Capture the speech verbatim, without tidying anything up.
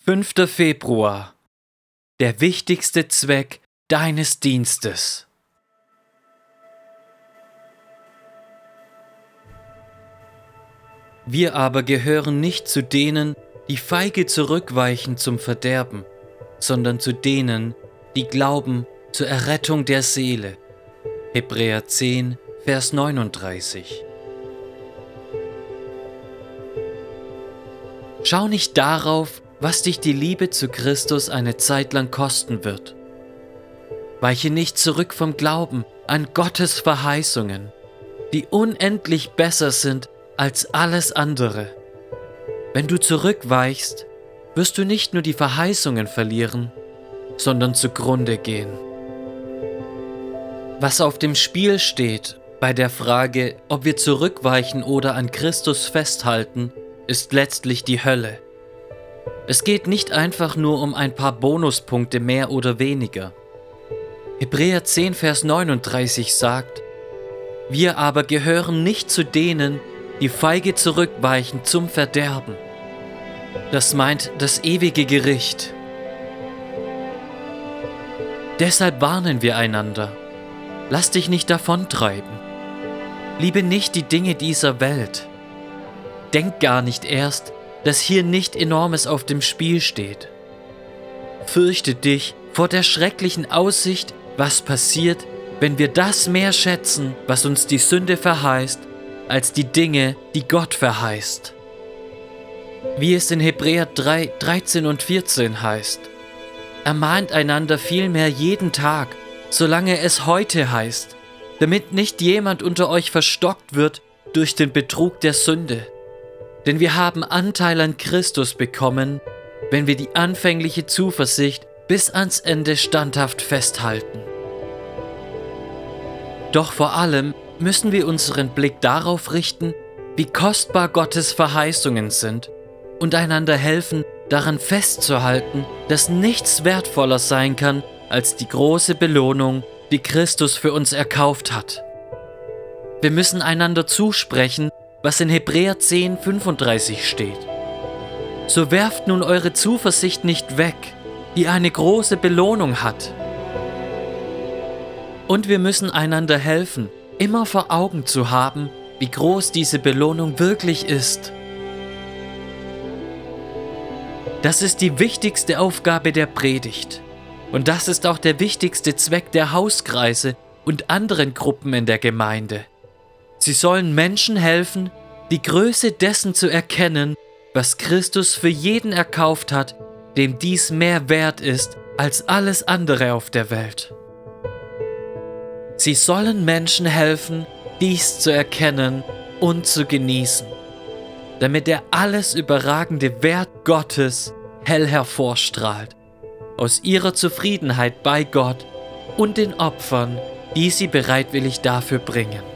fünfter Februar. Der wichtigste Zweck deines Dienstes. Wir aber gehören nicht zu denen, die feige zurückweichen zum Verderben, sondern zu denen, die glauben zur Errettung der Seele. Hebräer zehn, Vers neununddreißig. Schau nicht darauf, was dich die Liebe zu Christus eine Zeit lang kosten wird. Weiche nicht zurück vom Glauben an Gottes Verheißungen, die unendlich besser sind als alles andere. Wenn du zurückweichst, wirst du nicht nur die Verheißungen verlieren, sondern zugrunde gehen. Was auf dem Spiel steht bei der Frage, ob wir zurückweichen oder an Christus festhalten, ist letztlich die Hölle. Es geht nicht einfach nur um ein paar Bonuspunkte mehr oder weniger. Hebräer zehn, Vers neununddreißig sagt: Wir aber gehören nicht zu denen, die feige zurückweichen zum Verderben. Das meint das ewige Gericht. Deshalb warnen wir einander. Lass dich nicht davontreiben. Liebe nicht die Dinge dieser Welt. Denk gar nicht erst, dass hier nicht Enormes auf dem Spiel steht. Fürchte dich vor der schrecklichen Aussicht, was passiert, wenn wir das mehr schätzen, was uns die Sünde verheißt, als die Dinge, die Gott verheißt. Wie es in Hebräer drei, dreizehn und vierzehn heißt: Ermahnt einander vielmehr jeden Tag, solange es heute heißt, damit nicht jemand unter euch verstockt wird durch den Betrug der Sünde. Denn wir haben Anteil an Christus bekommen, wenn wir die anfängliche Zuversicht bis ans Ende standhaft festhalten. Doch vor allem müssen wir unseren Blick darauf richten, wie kostbar Gottes Verheißungen sind und einander helfen, daran festzuhalten, dass nichts wertvoller sein kann als die große Belohnung, die Christus für uns erkauft hat. Wir müssen einander zusprechen, was in Hebräer zehn, fünfunddreißig steht. So werft nun eure Zuversicht nicht weg, die eine große Belohnung hat. Und wir müssen einander helfen, immer vor Augen zu haben, wie groß diese Belohnung wirklich ist. Das ist die wichtigste Aufgabe der Predigt. Und das ist auch der wichtigste Zweck der Hauskreise und anderen Gruppen in der Gemeinde. Sie sollen Menschen helfen, die Größe dessen zu erkennen, was Christus für jeden erkauft hat, dem dies mehr wert ist als alles andere auf der Welt. Sie sollen Menschen helfen, dies zu erkennen und zu genießen, damit der alles überragende Wert Gottes hell hervorstrahlt, aus ihrer Zufriedenheit bei Gott und den Opfern, die sie bereitwillig dafür bringen.